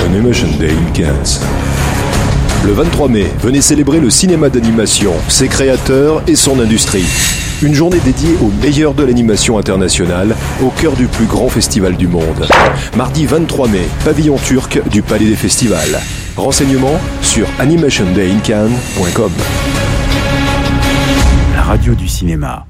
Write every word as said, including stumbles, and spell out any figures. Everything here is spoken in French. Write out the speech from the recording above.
Animation Day in Cannes. Le vingt-trois mai, venez célébrer le cinéma d'animation, ses créateurs et son industrie. Une journée dédiée aux meilleurs de l'animation internationale, au cœur du plus grand festival du monde. Mardi vingt-trois mai, pavillon turc du Palais des Festivals. Renseignements sur animation day in cannes point com. La radio du cinéma.